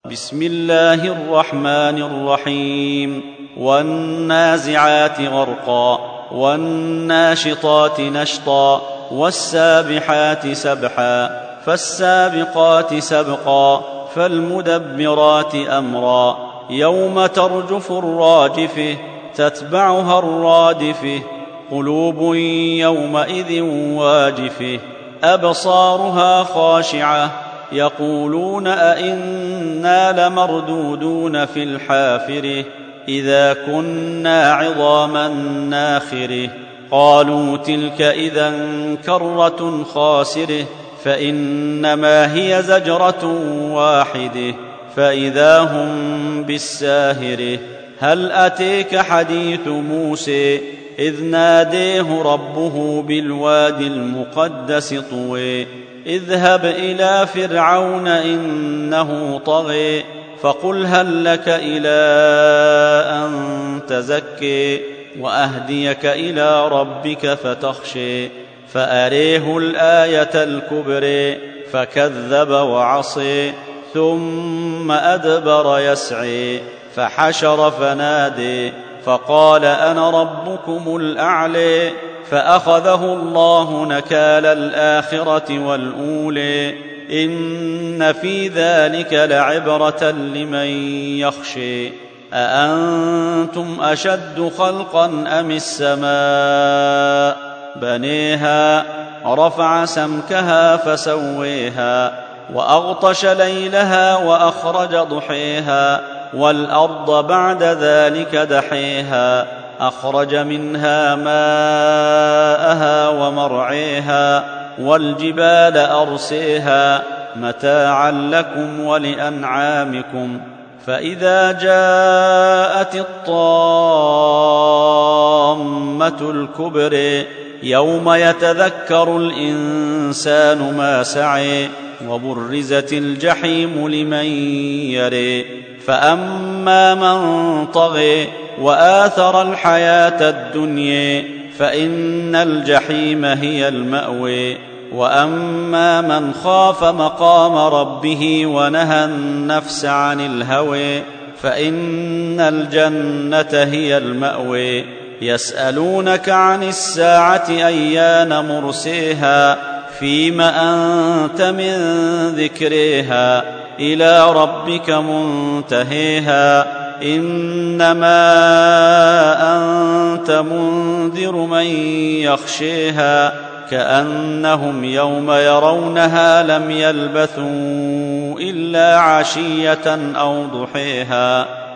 بسم الله الرحمن الرحيم. والنازعات غرقا والناشطات نشطا والسابحات سبحا فالسابقات سبقا فالمدبرات أمرا يوم ترجف الراجفة تتبعها الرادفة قلوب يومئذ واجفة أبصارها خاشعة يقولون أئنا لمردودون في الحافرة إذا كنا عظاما ناخرة قالوا تلك إذا كرة خاسرة فإنما هي زجرة واحدة فإذا هم بالساهرة هل أتيك حديث موسى إذ ناديه ربه بالوادي المقدس طوى اذهب إلى فرعون إنه طغى فقل هل لك إلى أن تزكي وأهديك إلى ربك فتخشي فأريه الآية الكبرى فكذب وعصي ثم أدبر يسعي فحشر فنادي فقال أنا ربكم الأعلى فأخذه الله نكال الآخرة والأولى إن في ذلك لعبرة لمن يخشي أأنتم أشد خلقا أم السماء بنيها رفع سمكها فسويها وأغطش ليلها وأخرج ضحيها والأرض بعد ذلك دحيها أخرج منها ماءها ومرعيها والجبال أرسيها متاعا لكم ولأنعامكم فإذا جاءت الطامة الكبرى يوم يتذكر الإنسان ما سعي وبرزت الجحيم لمن يري فأما من طغى وآثر الحياة الدنيا فإن الجحيم هي المأوى وأما من خاف مقام ربه ونهى النفس عن الهوى فإن الجنة هي المأوى يسألونك عن الساعة أيان مرسيها فيم أنت من ذكرها إلى ربك منتهيها إنما أنت منذر من يخشيها كأنهم يوم يرونها لم يلبثوا إلا عشية أو ضحيها